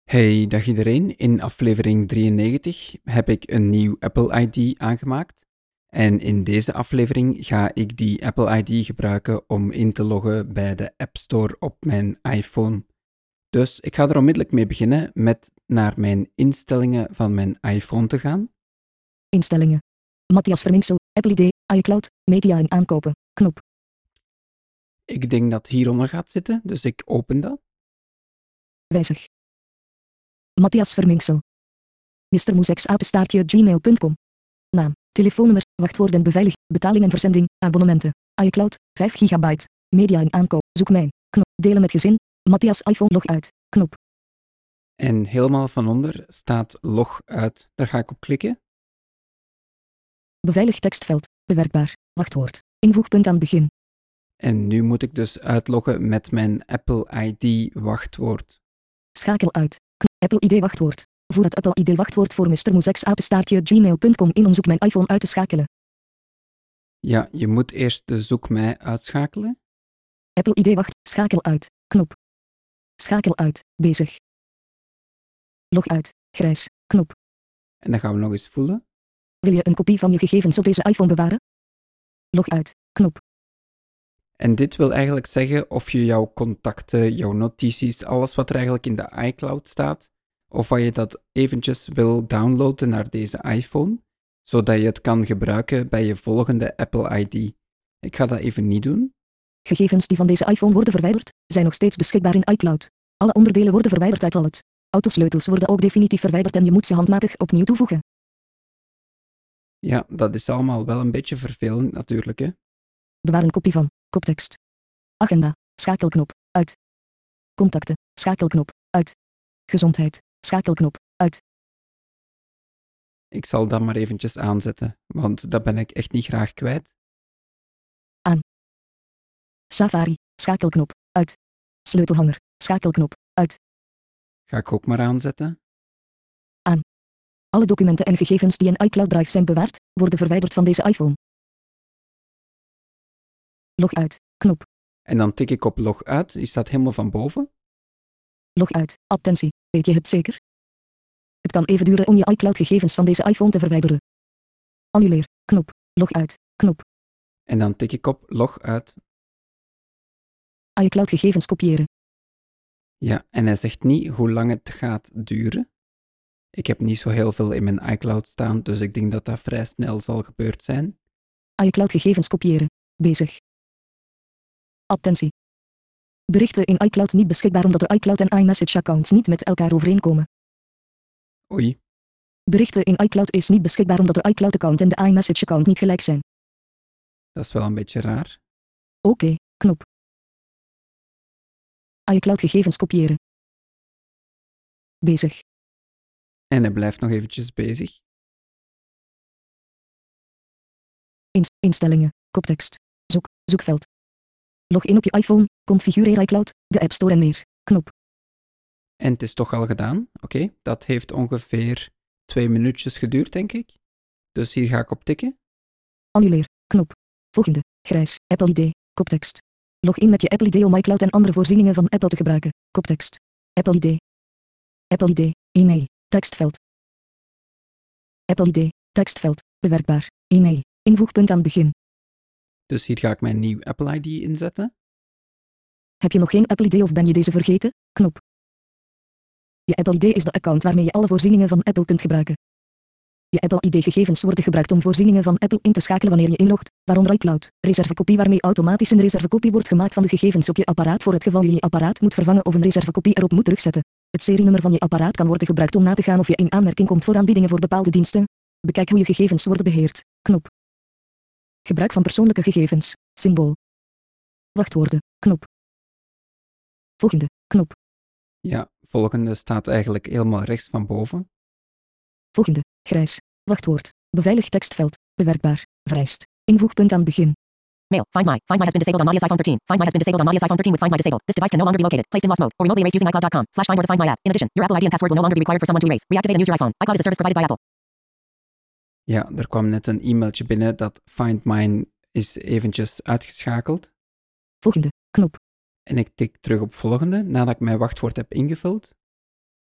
Hey, dag iedereen. In aflevering 93 heb ik een nieuw Apple ID aangemaakt. En in deze aflevering ga ik die Apple ID gebruiken om in te loggen bij de App Store op mijn iPhone. Dus ik ga er onmiddellijk mee beginnen met naar mijn instellingen van mijn iPhone te gaan. Instellingen. Matthias Verminksel, Apple ID, iCloud, media en aankopen, knop. Ik denk dat hieronder gaat zitten, dus ik open dat. Wijzig. Matthias Verminksel. Mr. Moesex @gmail.com. Naam, telefoonnummer, wachtwoorden beveilig, betaling en verzending, abonnementen, iCloud, 5 gigabyte, media en aankoop, zoek mijn, knop, delen met gezin, Matthias iPhone log uit, knop. En helemaal van onder staat log uit. Daar ga ik op klikken. Beveilig tekstveld, bewerkbaar, wachtwoord, invoegpunt aan begin. En nu moet ik dus uitloggen met mijn Apple ID wachtwoord. Schakel uit. Apple ID wachtwoord. Voer het Apple ID wachtwoord voor Mr. Moesex @gmail.com in om zoek mijn iPhone uit te schakelen. Ja, je moet eerst de zoek mij uitschakelen. Apple ID wacht, schakel uit, knop. Schakel uit, bezig. Log uit, grijs, knop. En dan gaan we nog eens voelen. Wil je een kopie van je gegevens op deze iPhone bewaren? Log uit, knop. En dit wil eigenlijk zeggen of je jouw contacten, jouw notities, alles wat er eigenlijk in de iCloud staat, of wat je dat eventjes wil downloaden naar deze iPhone, zodat je het kan gebruiken bij je volgende Apple ID. Ik ga dat even niet doen. Gegevens die van deze iPhone worden verwijderd, zijn nog steeds beschikbaar in iCloud. Alle onderdelen worden verwijderd uit Wallet. Autosleutels worden ook definitief verwijderd en je moet ze handmatig opnieuw toevoegen. Ja, dat is allemaal wel een beetje vervelend natuurlijk, hè. Bewaar een kopie van, koptekst. Agenda, schakelknop, uit. Contacten, schakelknop, uit. Gezondheid, schakelknop, uit. Ik zal dat maar eventjes aanzetten, want dat ben ik echt niet graag kwijt. Aan. Safari, schakelknop, uit. Sleutelhanger, schakelknop, uit. Ga ik ook maar aanzetten. Aan. Alle documenten en gegevens die in iCloud Drive zijn bewaard, worden verwijderd van deze iPhone. Log uit, knop. En dan tik ik op log uit, die staat helemaal van boven. Log uit, attentie, weet je het zeker? Het kan even duren om je iCloud gegevens van deze iPhone te verwijderen. Annuleer, knop, log uit, knop. En dan tik ik op log uit. iCloud gegevens kopiëren. Ja, en hij zegt niet hoe lang het gaat duren. Ik heb niet zo heel veel in mijn iCloud staan, dus ik denk dat dat vrij snel zal gebeurd zijn. iCloud gegevens kopiëren, bezig. Attentie. Berichten in iCloud niet beschikbaar omdat de iCloud en iMessage accounts niet met elkaar overeenkomen. Oei, Berichten in iCloud is niet beschikbaar omdat de iCloud account en de iMessage account niet gelijk zijn. dat is wel een beetje raar. Oké, knop. iCloud gegevens kopiëren. Bezig. En hij blijft nog eventjes bezig. Instellingen, koptekst, zoekveld. Log in op je iPhone, configureer iCloud, de App Store en meer, knop. En het is toch al gedaan. Oké, dat heeft ongeveer 2 minuutjes geduurd, denk ik. Dus hier ga ik op tikken. Annuleer, knop. Volgende, grijs, Apple ID, koptekst. Log in met je Apple ID om iCloud en andere voorzieningen van Apple te gebruiken, koptekst. Apple ID. Apple ID, e-mail, tekstveld. Apple ID, tekstveld, bewerkbaar, e-mail, invoegpunt aan begin. Dus hier ga ik mijn nieuw Apple ID inzetten. Heb je nog geen Apple ID of ben je deze vergeten? Knop. Je Apple ID is de account waarmee je alle voorzieningen van Apple kunt gebruiken. Je Apple ID-gegevens worden gebruikt om voorzieningen van Apple in te schakelen wanneer je inlogt, waaronder iCloud, reservekopie waarmee automatisch een reservekopie wordt gemaakt van de gegevens op je apparaat voor het geval je je apparaat moet vervangen of een reservekopie erop moet terugzetten. Het serienummer van je apparaat kan worden gebruikt om na te gaan of je in aanmerking komt voor aanbiedingen voor bepaalde diensten. Bekijk hoe je gegevens worden beheerd. Knop. Gebruik van persoonlijke gegevens. Symbool. Wachtwoorden. Knop. Volgende. Knop. Ja, volgende staat eigenlijk helemaal rechts van boven. Volgende. Grijs. Wachtwoord. Beveiligd tekstveld. Bewerkbaar. Vereist. Invoegpunt aan begin. Mail. Find My. Find My has been disabled on Malia's iPhone 13. Find My has been disabled on Malia's iPhone 13 with Find My disabled. This device can no longer be located, placed in lost mode, or remotely erased using iCloud.com/find or the Find My app. In addition, your Apple ID and password will no longer be required for someone to erase. Reactivate and use your iPhone. iCloud is a service provided by Apple. Ja, er kwam net een e-mailtje binnen dat Find My is eventjes uitgeschakeld. Volgende. Knop. En ik tik terug op volgende nadat ik mijn wachtwoord heb ingevuld.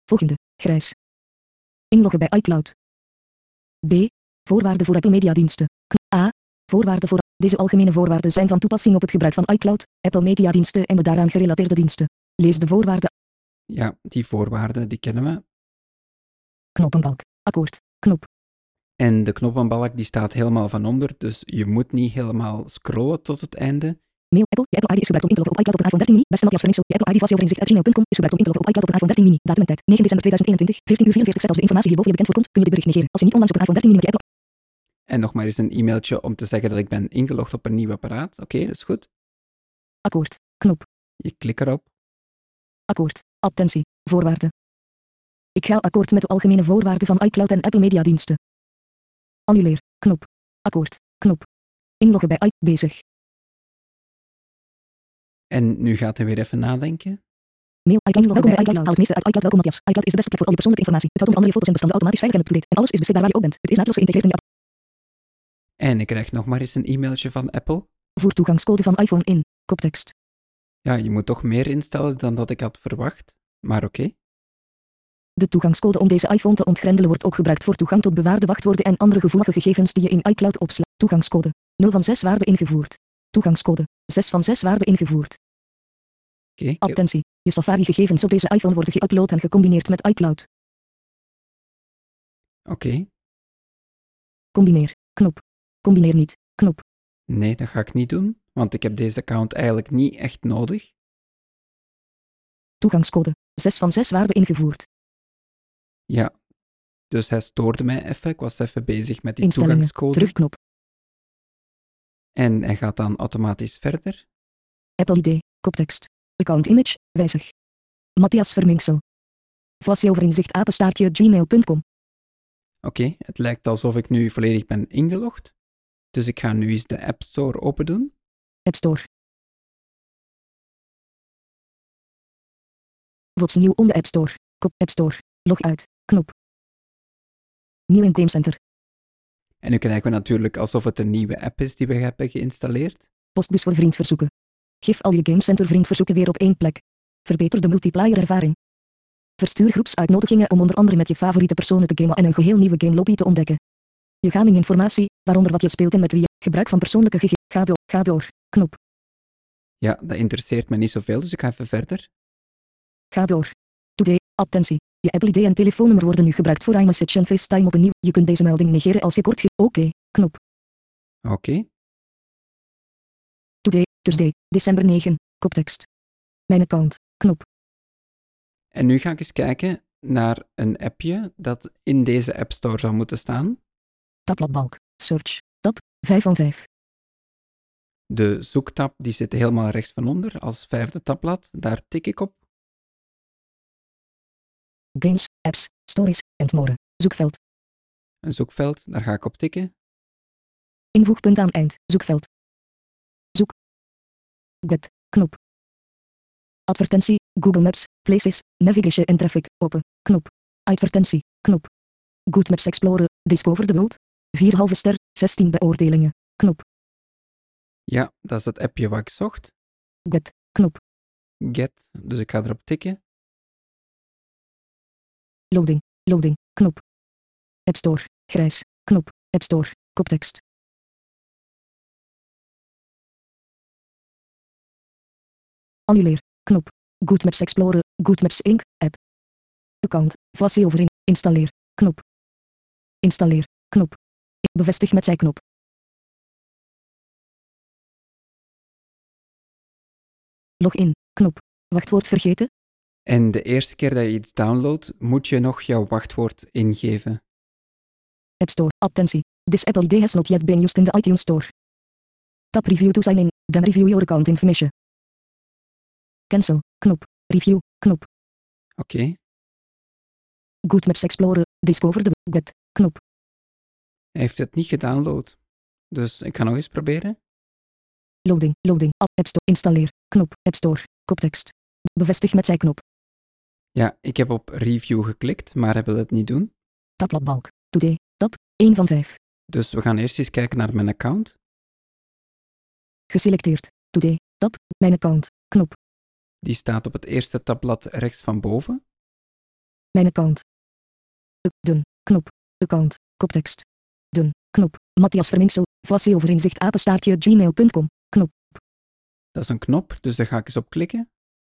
Volgende, grijs. Inloggen bij iCloud. B. Voorwaarden voor Apple Media diensten. A. Voorwaarden voor. Deze algemene voorwaarden zijn van toepassing op het gebruik van iCloud, Apple Media diensten en de daaraan gerelateerde diensten. Lees de voorwaarden. Ja, die voorwaarden, die kennen we. Knoppenbalk. Akkoord. Knop. En de knoppenbalk die staat helemaal van onder, dus je moet niet helemaal scrollen tot het einde. Mail Apple. Je Apple ID is gebruikt om in te loggen op iCloud op een iPhone 13 mini. Beste Matthias Vermengsel. Je Apple ID gmail.com is gebruikt om in te loggen op iCloud op een iPhone 13 mini. Datum en tijd. 9 december 2021. 14 uur 44. Als de informatie hierboven je bekend voorkomt, kun je dit bericht negeren. Als je niet onlangs op een iPhone 13 mini met je Apple. En nog maar eens een e-mailtje om te zeggen dat ik ben ingelogd op een nieuw apparaat. Oké, dat is goed. Akkoord. Knop. Je klikt erop. Akkoord. Attentie. Voorwaarden. Ik ga akkoord met de algemene voorwaarden van iCloud en Apple Media diensten. Annuleer. Knop. Akkoord. Knop. Inloggen bij iCloud. Bezig. En nu gaat hij weer even nadenken. Mail iCloud. Welkom bij iCloud. Haal het meeste uit iCloud. Welkom Matthias. iCloud is de beste plek voor al je persoonlijke informatie. Het houdt onder andere je foto's en bestanden automatisch veilig en up-to-date. En alles is beschikbaar waar je ook bent. Het is naadloos geïntegreerd in je app. En ik krijg nog maar eens een e-mailtje van Apple. Voer toegangscode van iPhone in. Koptekst. Ja, je moet toch meer instellen dan dat ik had verwacht. Maar oké. De toegangscode om deze iPhone te ontgrendelen wordt ook gebruikt voor toegang tot bewaarde wachtwoorden en andere gevoelige gegevens die je in iCloud opslaat. Toegangscode. 0 van 6 waarde ingevoerd. Toegangscode. 6 van 6 waarde ingevoerd. Oké. Attentie. Je Safari-gegevens op deze iPhone worden geüpload en gecombineerd met iCloud. Oké. Combineer. Knop. Combineer niet. Knop. Nee, dat ga ik niet doen, want ik heb deze account eigenlijk niet echt nodig. Toegangscode. 6 van 6 waarde ingevoerd. Ja, dus hij stoorde mij even. Ik was even bezig met die Instellingen. toegangscode. Terugknop. En hij gaat dan automatisch verder. Apple ID. Koptekst. Account image. Wijzig. Matthias Vermengsel. Voiceover-inzicht apenstaartje gmail.com. Oké, het lijkt alsof ik nu volledig ben ingelogd. Dus ik ga nu eens de App Store open doen. App Store. What's nieuw on de App Store. Kop App Store. Log uit. Knop. Nieuw in Game Center. En nu krijgen we natuurlijk alsof het een nieuwe app is die we hebben geïnstalleerd. Postbus voor vriendverzoeken. Geef al je Game Center vriendverzoeken weer op één plek. Verbeter de multiplayer ervaring. Verstuur groepsuitnodigingen om onder andere met je favoriete personen te gamen en een geheel nieuwe game lobby te ontdekken. Je gaming informatie, waaronder wat je speelt en met wie je, gebruik van persoonlijke gegevens. Ga door. Knop. Ja, dat interesseert me niet zoveel, dus ik ga even verder. Ga door. Today, attentie. Je Apple ID en telefoonnummer worden nu gebruikt voor iMessage en FaceTime opnieuw. Je kunt deze melding negeren als je kort Oké. Knop. Oké. Today, Thursday, december 9. Koptekst. Mijn account. Knop. En nu ga ik eens kijken naar een appje dat in deze App Store zou moeten staan. Tabbladbalk. Search. Tab. 5 van 5. De zoektab die zit helemaal rechts van onder als vijfde tabblad. Daar tik ik op. Games, apps, stories, and more. Zoekveld. Een zoekveld, daar ga ik op tikken. Invoegpunt aan eind. Zoekveld. Zoek. Get. Knop. Advertentie. Google Maps. Places. Navigation en traffic. Open. Knop. Advertentie. Knop. Good Maps Explorer. Discover the world. 4,5 ster. 16 beoordelingen. Knop. Ja, dat is het appje wat ik zocht. Get. Knop. Get, dus ik ga erop tikken. Loading. Loading. Knop. App Store. Grijs. Knop. App Store. Koptekst. Annuleer. Knop. Good Maps Explorer. Good Maps Inc. App. Account. Voiceover in. Installeer. Knop. Installeer. Knop. Bevestig met zijknop. Login. Knop. Wachtwoord vergeten. En de eerste keer dat je iets downloadt, moet je nog jouw wachtwoord ingeven. App Store. Attentie. This Apple ID has not yet been used in the iTunes Store. Tap Review to sign in. Then review your account information. Cancel. Knop. Review. Knop. Oké. Good Maps Explorer. Discover the Get. Knop. Hij heeft het niet gedownload. Dus ik ga nog eens proberen. Loading. Loading. App Store. Installeer. Knop. App Store. Koptekst. Bevestig met zijknop. Ja, ik heb op review geklikt, maar hij wil het niet doen. Tabbladbalk. Today. Tab. 1 van 5. Dus we gaan eerst eens kijken naar mijn account. Geselecteerd. Today. Tab. Mijn account. Knop. Die staat op het eerste tabblad rechts van boven. Mijn account. Dun. Knop. Account. Koptekst. Dun. Knop. Matthias Verminksel. Voiceover-inzicht apenstaartje gmail.com. Knop. Dat is een knop, dus daar ga ik eens op klikken.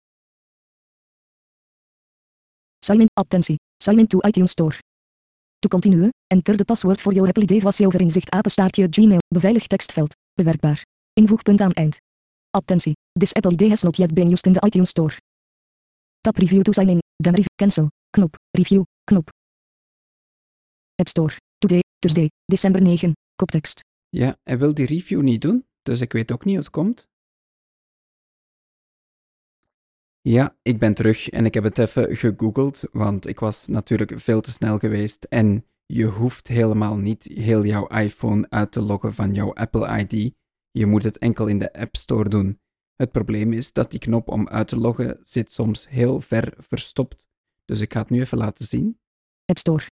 Sign in. Attentie. Sign in to iTunes Store. To continue, enter de paswoord voor jouw Apple ID voiceover-inzicht apenstaartje gmail. Beveiligd tekstveld. Bewerkbaar. Invoegpunt aan eind. Attentie. This Apple ID has not yet been used in the iTunes Store. Tap review to sign in. Dan review. Cancel. Knop. Review. Knop. App Store. Today. Thursday. December 9. Koptekst. Ja, hij wil die review niet doen, dus ik weet ook niet hoe het komt. Ja, ik ben terug en ik heb het even gegoogeld, want ik was natuurlijk veel te snel geweest en je hoeft helemaal niet heel jouw iPhone uit te loggen van jouw Apple ID. Je moet het enkel in de App Store doen. Het probleem is dat die knop om uit te loggen zit soms heel ver verstopt. Dus ik ga het nu even laten zien. App Store.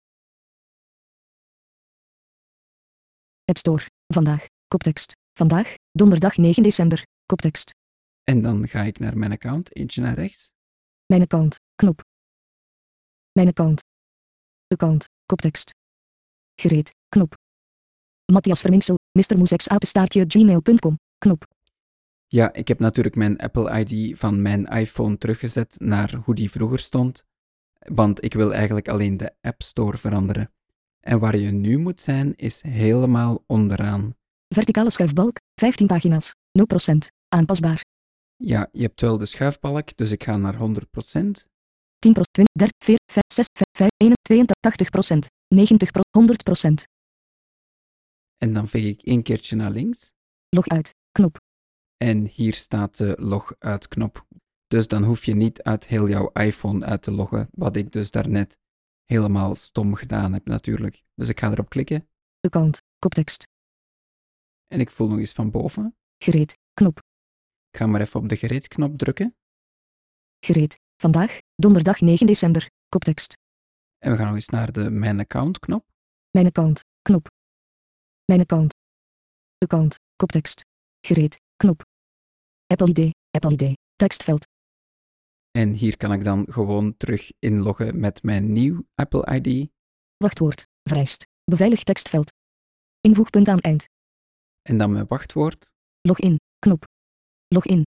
App Store. Vandaag. Koptekst. Vandaag, donderdag 9 december. Koptekst. En dan ga ik naar mijn account, eentje naar rechts. Mijn account. Knop. Mijn account. Account. Koptekst. Gereed. Knop. Matthias Verminksel. Mr. Moesex apenstaartje gmail.com. Knop. Ja, ik heb natuurlijk mijn Apple ID van mijn iPhone teruggezet naar hoe die vroeger stond, want ik wil eigenlijk alleen de App Store veranderen. En waar je nu moet zijn, is helemaal onderaan. Verticale schuifbalk. 15 pagina's. 0%. Aanpasbaar. Ja, je hebt wel de schuifbalk, dus ik ga naar 100%. 10%, 20, 30, 40, 5, 6, 5, 81, 80%, 90%, 100%. En dan veeg ik één keertje naar links. Log uit. Knop. En hier staat de log uit knop. Dus dan hoef je niet uit heel jouw iPhone uit te loggen, wat ik dus daarnet helemaal stom gedaan heb natuurlijk. Dus ik ga erop klikken. Account. Koptekst. En ik voel nog eens van boven. Gereed. Knop. Ik ga maar even op de gereed knop drukken. Gereed. Vandaag, donderdag 9 december. Koptekst. En we gaan nog eens naar de Mijn Account knop. Mijn account. Knop. Mijn account. Account. Koptekst. Gereed. Knop. Apple ID. Apple ID. Tekstveld. En hier kan ik dan gewoon terug inloggen met mijn nieuw Apple ID. Wachtwoord. Vereist. Beveiligd tekstveld. Invoegpunt aan eind. En dan mijn wachtwoord. Login. Knop. Login.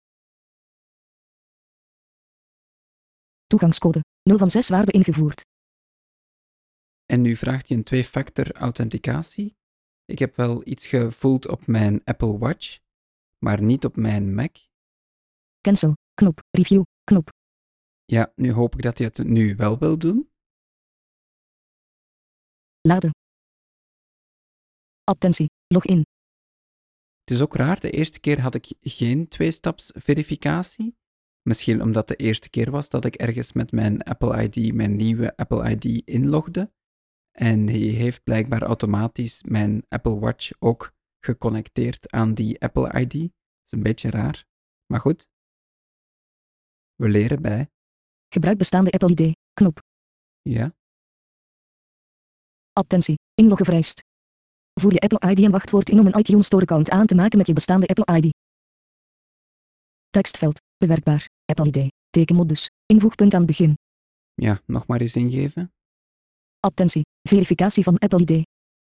Toegangscode. 0 van 6 waarde ingevoerd. En nu vraagt hij een twee-factor authenticatie. Ik heb wel iets gevoeld op mijn Apple Watch, maar niet op mijn Mac. Cancel. Knop. Review. Knop. Ja, nu hoop ik dat hij het nu wel wil doen. Laden. Attentie. Login. Het is ook raar, de eerste keer had ik geen tweestapsverificatie. Misschien omdat de eerste keer was dat ik ergens met mijn Apple ID, mijn nieuwe Apple ID, inlogde. En hij heeft blijkbaar automatisch mijn Apple Watch ook geconnecteerd aan die Apple ID. Dat is een beetje raar, maar goed. We leren bij. Gebruik bestaande Apple ID. Knop. Ja. Attentie. Inloggen vereist. Voer je Apple ID en wachtwoord in om een iTunes Store account aan te maken met je bestaande Apple ID. Tekstveld. Bewerkbaar. Apple ID. Tekenmodus. Invoegpunt aan begin. Ja, nog maar eens ingeven. Attentie. Verificatie van Apple ID.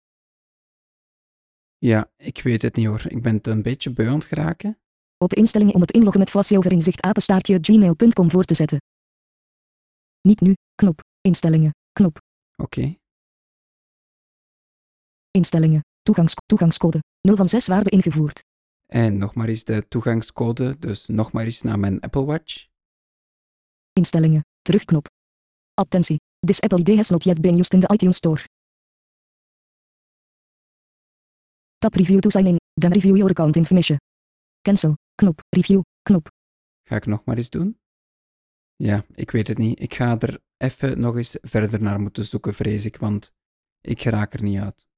Ja, ik weet het niet hoor. Ik ben het een beetje beu aan het geraken. Open instellingen om het inloggen met voiceover-inzicht apenstaartje gmail.com voor te zetten. Niet nu. Knop. Instellingen. Knop. Oké. Instellingen. Toegangscode. 0 van 6 waarde ingevoerd. En nog maar eens de toegangscode, dus nog maar eens naar mijn Apple Watch. Instellingen. Terugknop. Attentie. This Apple ID has not yet been used in the iTunes Store. Tap review to sign in. Dan review your account information. Cancel. Knop. Review. Knop. Ga ik nog maar eens doen? Ja, ik weet het niet. Ik ga er even nog eens verder naar moeten zoeken, vrees ik, want ik raak er niet uit.